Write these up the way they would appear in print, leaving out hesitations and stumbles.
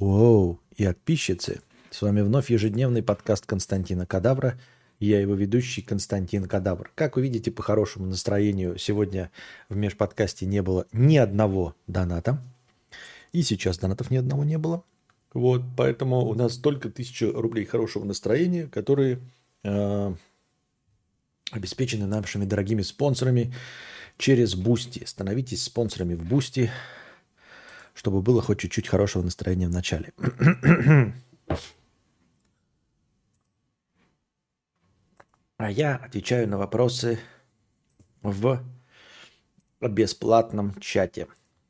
Оу, и подписчицы. С вами вновь ежедневный подкаст Константина Кадавра. Я его ведущий Константин Кадавр. Как вы видите, по хорошему настроению сегодня в межподкасте не было ни одного доната. И сейчас донатов ни одного не было. Вот, поэтому у нас только 1000 рублей хорошего настроения, которые обеспечены нашими дорогими спонсорами через Бусти. Становитесь спонсорами в Бусти, чтобы было хоть чуть-чуть хорошего настроения в начале. А я отвечаю на вопросы в бесплатном чате.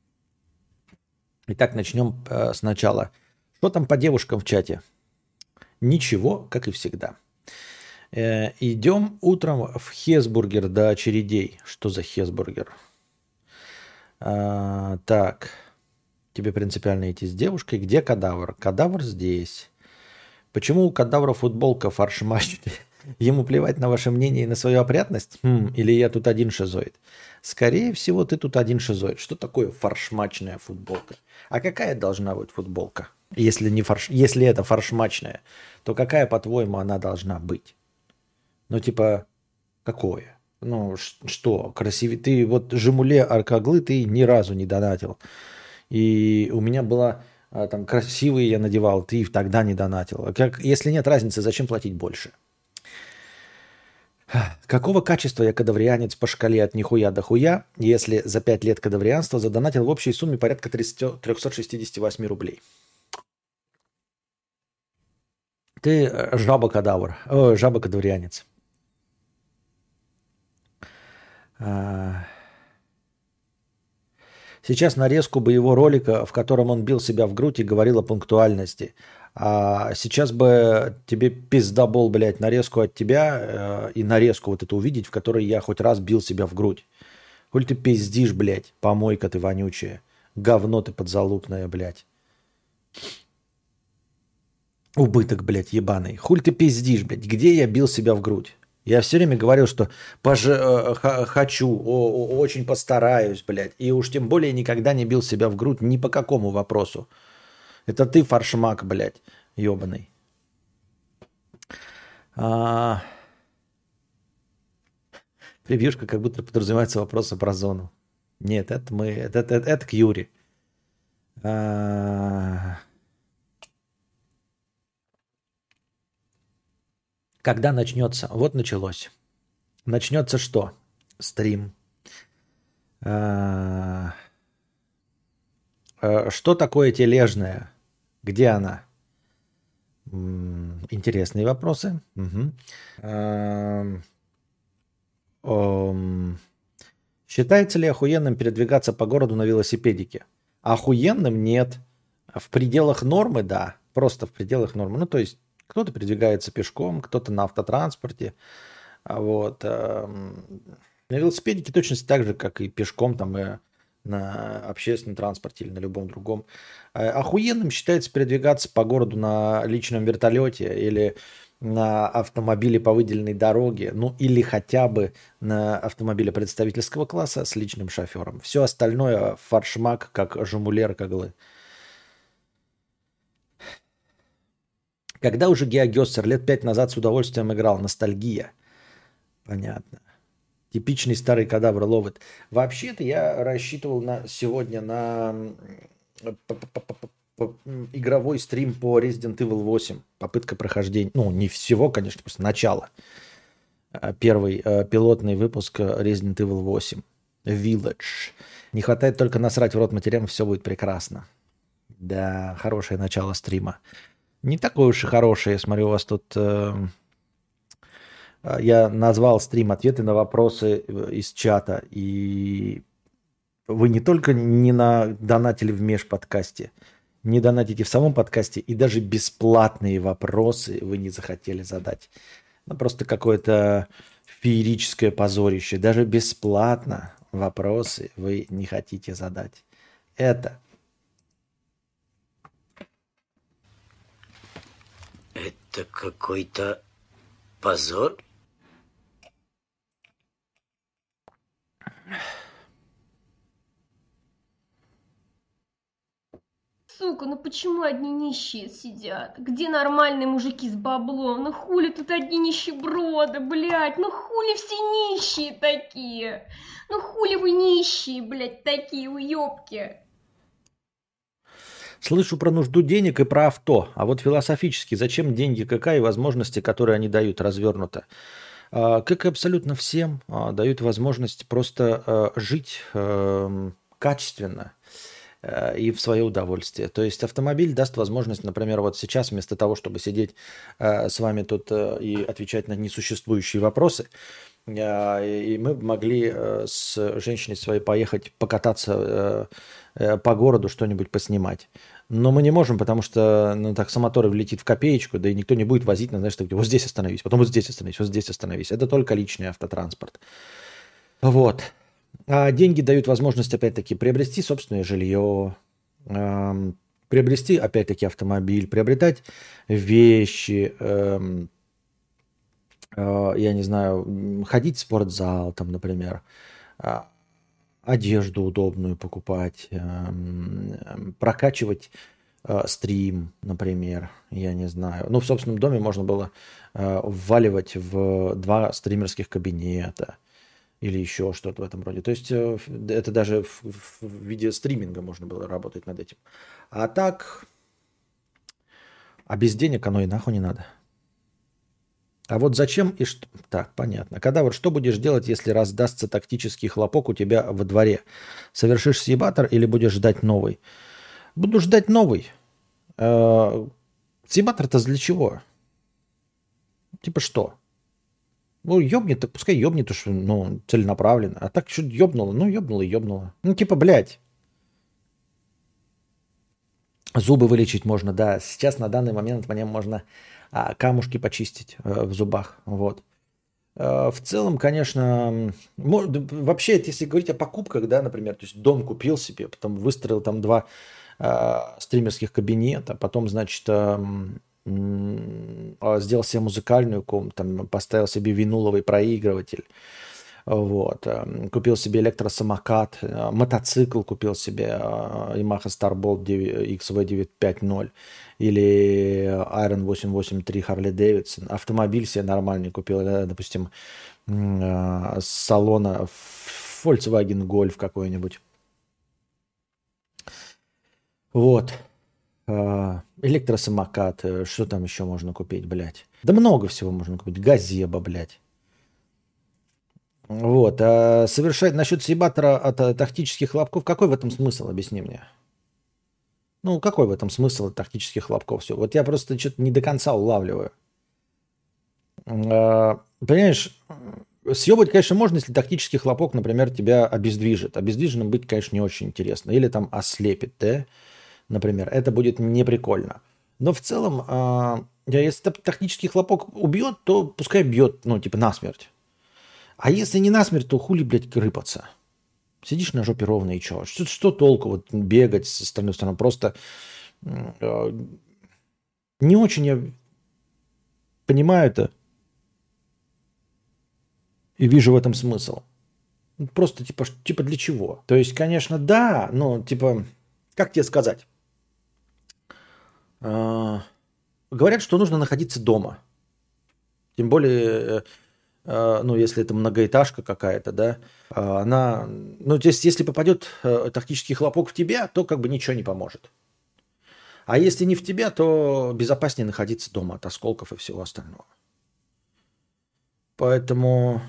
Итак, начнем сначала. Что там по девушкам в чате? Ничего, как и всегда. Идем утром в Хесбургер до очередей. Что за Хесбургер? Так. Тебе принципиально идти с девушкой. Где кадавр? Кадавр здесь. Почему у кадавра футболка фарш-матчная? Ему плевать на ваше мнение и на свою опрятность? Или я тут один шизоид? Скорее всего, ты тут один шизоид. Что такое фаршмачная футболка? А какая должна быть футболка? Если это фаршмачная, то какая, по-твоему, она должна быть? Ну, типа, какое? Ну, что? Красивее. Ты вот Жимуле Аркаглы ты ни разу не донатил. И у меня была там красивые я надевал, ты тогда не донатил. Если нет разницы, зачем платить больше? Какого качества я кадаврианец по шкале от нихуя до хуя, если за 5 лет кадаврианства задонатил в общей сумме порядка 368 рублей? Ты жаба-кадавр, жаба-кадаврианец. Сейчас нарезку бы его ролика, в котором он бил себя в грудь и говорил о пунктуальности. А сейчас бы тебе пиздобол, блядь, нарезку от тебя и нарезку вот эту увидеть, в которой я хоть раз бил себя в грудь. Hulь ты пиздишь, блядь, помойка ты вонючая. Говно ты подзалупное, блядь. Убыток, блядь, ебаный. Хуль ты пиздишь, блядь. Где я бил себя в грудь? Я все время говорил, что хочу, очень постараюсь, блядь. И уж тем более никогда не бил себя в грудь ни по какому вопросу. Это ты фаршмак, блядь, ебаный. Превьюшка как будто подразумевается вопросы про зону. Нет, это мы, это к Юре. Когда начнется? Вот началось. Начнется что? Стрим. Что такое тележная? Где она? Интересные вопросы. Угу. Считается ли охуенным передвигаться по городу на велосипедике? Охуенным нет. В пределах нормы, да. Просто в пределах нормы. Ну, то есть кто-то передвигается пешком, кто-то на автотранспорте. Вот. На велосипедике точно так же, как и пешком, там, и на общественном транспорте или на любом другом. Охуенным считается передвигаться по городу на личном вертолете или на автомобиле по выделенной дороге, ну или хотя бы на автомобиле представительского класса с личным шофером. Все остальное фаршмак, как жумулер коглы. Когда уже Геогессер? Лет 5 назад с удовольствием играл. Ностальгия. Понятно. Типичный старый кадавр ловит. Вообще-то я рассчитывал сегодня на игровой стрим по Resident Evil 8. Попытка прохождения. Ну, не всего, конечно, просто начало. Первый пилотный выпуск Resident Evil 8. Village. Не хватает только насрать в рот матерям, все будет прекрасно. Да, хорошее начало стрима. Не такое уж и хорошее. Я смотрю, у вас тут... Я назвал стрим «Ответы на вопросы» из чата. И вы не только не донатили в межподкасте, не донатите в самом подкасте, и даже бесплатные вопросы вы не захотели задать. Ну, просто какое-то феерическое позорище. Даже бесплатно вопросы вы не хотите задать. Это какой-то позор? Сука, ну почему одни нищие сидят? Где нормальные мужики с баблом? Ну хули тут одни нищеброды, блядь? Ну хули все нищие такие? Ну хули вы нищие, блядь, такие уёбки? Слышу про нужду денег и про авто. А вот философически, зачем деньги, какая возможности, которые они дают, развернуто? Как и абсолютно всем, дают возможность просто жить качественно и в свое удовольствие. То есть автомобиль даст возможность, например, вот сейчас вместо того, чтобы сидеть с вами тут и отвечать на несуществующие вопросы, и мы могли с женщиной своей поехать покататься по городу, что-нибудь поснимать. Но мы не можем, потому что ну, так самоторы влетит в копеечку, да и никто не будет возить, знаешь, так, вот здесь остановись, потом вот здесь остановись, вот здесь остановись. Это только личный автотранспорт. Вот. А деньги дают возможность, опять-таки, приобрести собственное жилье, приобрести, опять-таки, автомобиль, приобретать вещи, я не знаю, ходить в спортзал, там, например, одежду удобную покупать, прокачивать стрим, например, я не знаю. Ну, в собственном доме можно было вваливать в 2 стримерских кабинета или еще что-то в этом роде. То есть это даже в виде стриминга можно было работать над этим. А так, без денег оно и нахуй не надо. А вот зачем и что... Так, понятно. Кадавр, что будешь делать, если раздастся тактический хлопок у тебя во дворе? Совершишь съебатор или будешь ждать новый? Буду ждать новый. Съебатор-то для чего? Типа что? Ну, ёбнет, так пускай ёбнет уж, ну, целенаправленно. А так что ёбнуло? Ну, ёбнуло и ёбнуло. Ну, типа, блядь. Зубы вылечить можно, да. Сейчас на данный момент мне можно камушки почистить в зубах. Вот. В целом, конечно, вообще, если говорить о покупках, да, например, то есть дом купил себе, потом выстроил там 2 стримерских кабинета, потом, значит, сделал себе музыкальную комнату, там, поставил себе виниловый проигрыватель, вот, купил себе электросамокат, мотоцикл купил себе Yamaha Starbolt XV950 или Iron 883 Harley Davidson, автомобиль себе нормальный купил, допустим, с салона Volkswagen Golf какой-нибудь. Вот. Электросамокат, что там еще можно купить, блядь? Да много всего можно купить. Газеба, блядь. Вот. Совершать насчет съебатора от тактических хлопков. Какой в этом смысл? Объясни мне. Ну, какой в этом смысл от тактических хлопков? Все. Вот я просто что-то не до конца улавливаю. Понимаешь, съебать, конечно, можно, если тактический хлопок, например, тебя обездвижит. Обездвиженным быть, конечно, не очень интересно. Или там ослепит, да? Например. Это будет не прикольно. Но в целом, если тактический хлопок убьет, то пускай бьет, ну, типа насмерть. А если не насмерть, то хули, блядь, рыпаться? Сидишь на жопе ровно и чё? Что толку вот бегать со стороны в сторону? Просто не очень я понимаю это и вижу в этом смысл. Просто типа для чего? То есть, конечно, да, но типа, как тебе сказать? Говорят, что нужно находиться дома. Тем более, ну, если это многоэтажка какая-то, да, она, ну, то есть, если попадет тактический хлопок в тебя, то как бы ничего не поможет. А если не в тебя, то безопаснее находиться дома от осколков и всего остального. Поэтому...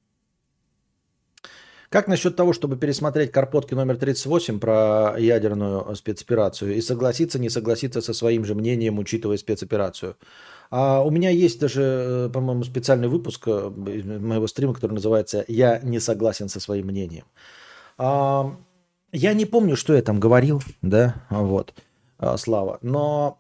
Как насчет того, чтобы пересмотреть Карпотки номер 38 про ядерную спецоперацию и согласиться, не согласиться со своим же мнением, учитывая спецоперацию? У меня есть даже, по-моему, специальный выпуск моего стрима, который называется «Я не согласен со своим мнением». Я не помню, что я там говорил, да, вот, Слава, но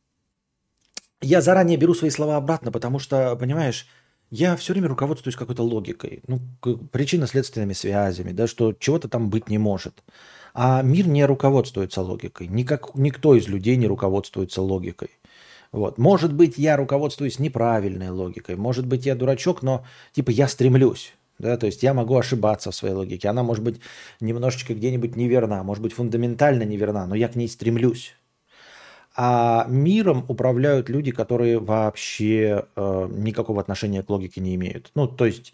я заранее беру свои слова обратно, потому что, понимаешь, я все время руководствуюсь какой-то логикой, ну, причинно-следственными связями, да, что чего-то там быть не может. А мир не руководствуется логикой. Никто из людей не руководствуется логикой. Вот. Может быть, я руководствуюсь неправильной логикой. Может быть, я дурачок, но типа я стремлюсь. Да, то есть я могу ошибаться в своей логике. Она может быть немножечко где-нибудь неверна, может быть фундаментально неверна, но я к ней стремлюсь. А миром управляют люди, которые вообще никакого отношения к логике не имеют. Ну, то есть,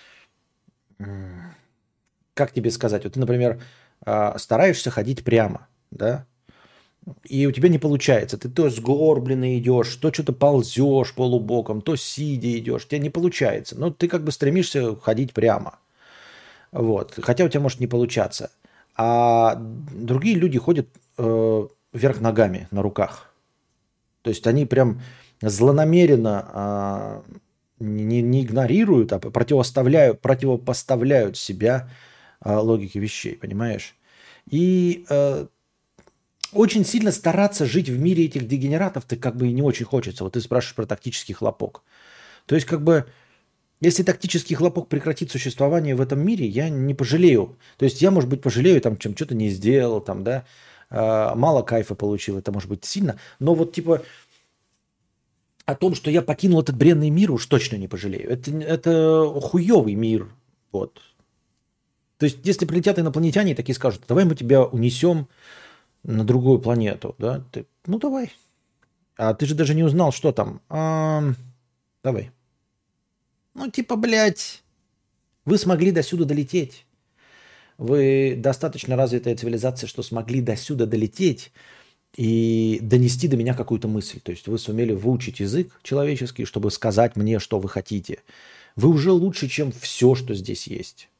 как тебе сказать? Вот ты, например, стараешься ходить прямо, да? И у тебя не получается. Ты то сгорбленно идешь, то что-то ползешь полубоком, то сидя идешь. У тебя не получается. Но ты как бы стремишься ходить прямо. Вот. Хотя у тебя может не получаться. А другие люди ходят вверх ногами на руках. То есть они прям злонамеренно не игнорируют, а противопоставляют себя логике вещей, понимаешь? И очень сильно стараться жить в мире этих дегенератов-то как бы и не очень хочется. Вот ты спрашиваешь про тактический хлопок. То есть как бы если тактический хлопок прекратит существование в этом мире, я не пожалею. То есть я, может быть, пожалею, там, чем что-то не сделал, там, да, мало кайфа получил, это может быть сильно. Но вот типа о том, что я покинул этот бренный мир, уж точно не пожалею. Это хуёвый мир. Вот. То есть если прилетят инопланетяне и такие скажут, давай мы тебя унесем на другую планету, да, ты, ну давай. А ты же даже не узнал, что там. Давай. Ну типа, блядь, вы смогли до сюда долететь. Вы достаточно развитая цивилизация, что смогли до сюда долететь и донести до меня какую-то мысль. То есть вы сумели выучить язык человеческий, чтобы сказать мне, что вы хотите. Вы уже лучше, чем все, что здесь есть.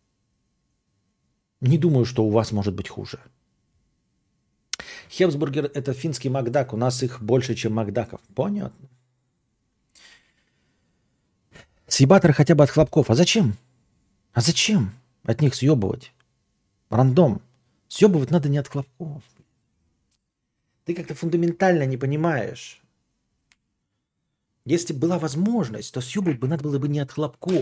Не думаю, что у вас может быть хуже. Хебсбургер – это финский Макдак. У нас их больше, чем Макдаков. Понятно. Съебатор хотя бы от хлопков. А зачем? А зачем от них съебывать? Рандом. Съебывать надо не от хлопков. Ты как-то фундаментально не понимаешь. Если была возможность, то съебывать бы надо было бы не от хлопков.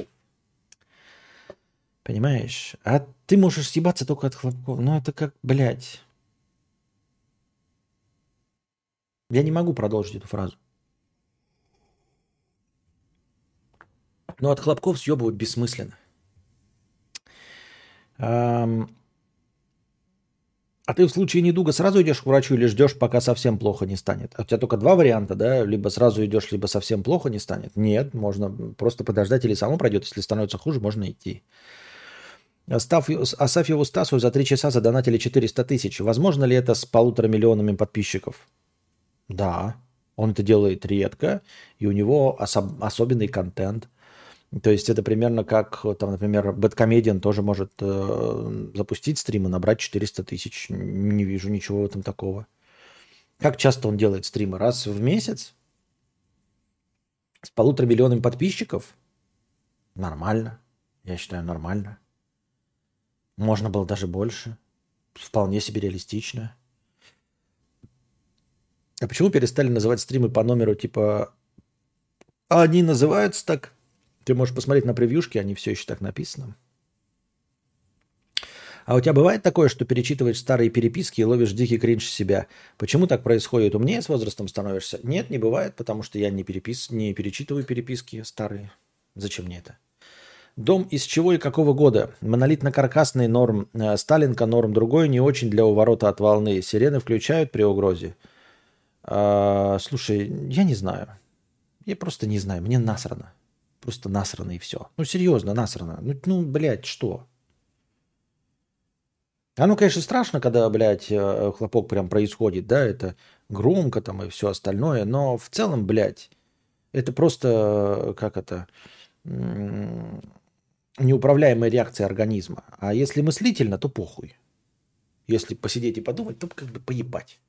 Понимаешь? А ты можешь съебаться только от хлопков. Ну это как, блядь. Я не могу продолжить эту фразу. Но от хлопков съебывать бессмысленно. А ты в случае недуга сразу идешь к врачу или ждешь, пока совсем плохо не станет? А у тебя только два варианта, да? Либо сразу идешь, либо совсем плохо не станет. Нет, можно просто подождать или само пройдет. Если становится хуже, можно идти. Асафьеву Стасу за 3 часа задонатили 400 тысяч. Возможно ли это с 1,5 миллионами подписчиков? Да, он это делает редко, и у него особенный контент. То есть это примерно как, там, например, Бэдкомедиан тоже может запустить стрим и набрать 400 тысяч. Не вижу ничего в этом такого. Как часто он делает стримы? Раз в месяц? С 1,5 миллионами подписчиков? Нормально. Я считаю, нормально. Можно было даже больше. Вполне себе реалистично. А почему перестали называть стримы по номеру типа... А они называются так? Ты можешь посмотреть на превьюшки, они все еще так написаны. А у тебя бывает такое, что перечитываешь старые переписки и ловишь дикий кринж себя? Почему так происходит? Умнее с возрастом становишься? Нет, не бывает, потому что я не перечитываю переписки старые. Зачем мне это? Дом из чего и какого года? Монолитно-каркасный норм. Сталинка норм. Другой не очень для уворота от волны. Сирены включают при угрозе? Слушай, я не знаю. Я просто не знаю. Мне насрано. Просто насрано и все. Ну, серьезно, насрано. Ну, блядь, что? Оно, конечно, страшно, когда, блядь, хлопок прям происходит, да, это громко там и все остальное, но в целом, блядь, это просто, как это, неуправляемая реакция организма. А если мыслительно, то похуй. Если посидеть и подумать, то как бы поебать.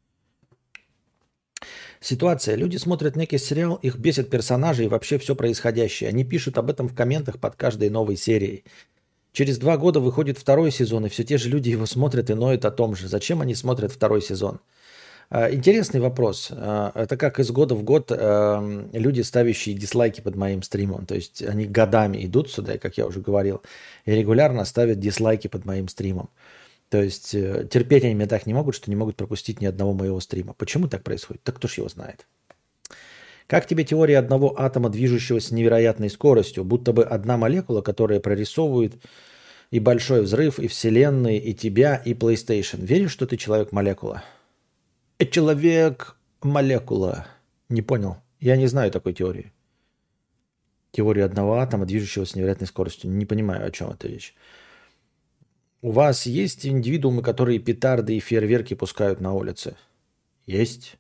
Ситуация. Люди смотрят некий сериал, их бесят персонажи и вообще все происходящее. Они пишут об этом в комментах под каждой новой серией. Через 2 года выходит 2 сезон, и все те же люди его смотрят и ноют о том же. Зачем они смотрят 2 сезон? Интересный вопрос. Это как из года в год люди, ставящие дизлайки под моим стримом. То есть они годами идут сюда, как я уже говорил, и регулярно ставят дизлайки под моим стримом. То есть терпеть они меня так не могут, что не могут пропустить ни одного моего стрима. Почему так происходит? Так кто ж его знает? Как тебе теория одного атома, движущегося невероятной скоростью, будто бы одна молекула, которая прорисовывает и большой взрыв, и вселенные, и тебя, и PlayStation? Веришь, что ты человек-молекула? Человек-молекула. Не понял. Я не знаю такой теории. Теория одного атома, движущегося с невероятной скоростью. Не понимаю, о чем эта речь. У вас есть индивидуумы, которые петарды и фейерверки пускают на улице? Есть.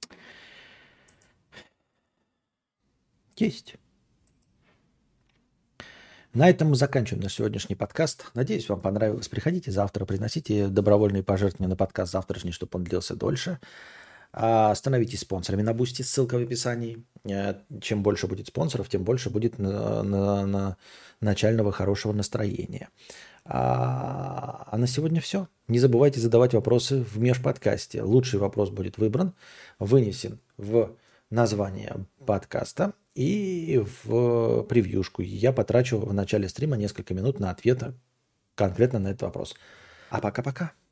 Есть. На этом мы заканчиваем наш сегодняшний подкаст. Надеюсь, вам понравилось. Приходите завтра, приносите добровольные пожертвования на подкаст завтрашний, чтобы он длился дольше. Становитесь спонсорами на Бусти, ссылка в описании. Чем больше будет спонсоров, тем больше будет на начального хорошего настроения. А на сегодня все. Не забывайте задавать вопросы в межподкасте. Лучший вопрос будет выбран, вынесен в название подкаста и в превьюшку. Я потрачу в начале стрима несколько минут на ответ конкретно на этот вопрос. А пока-пока.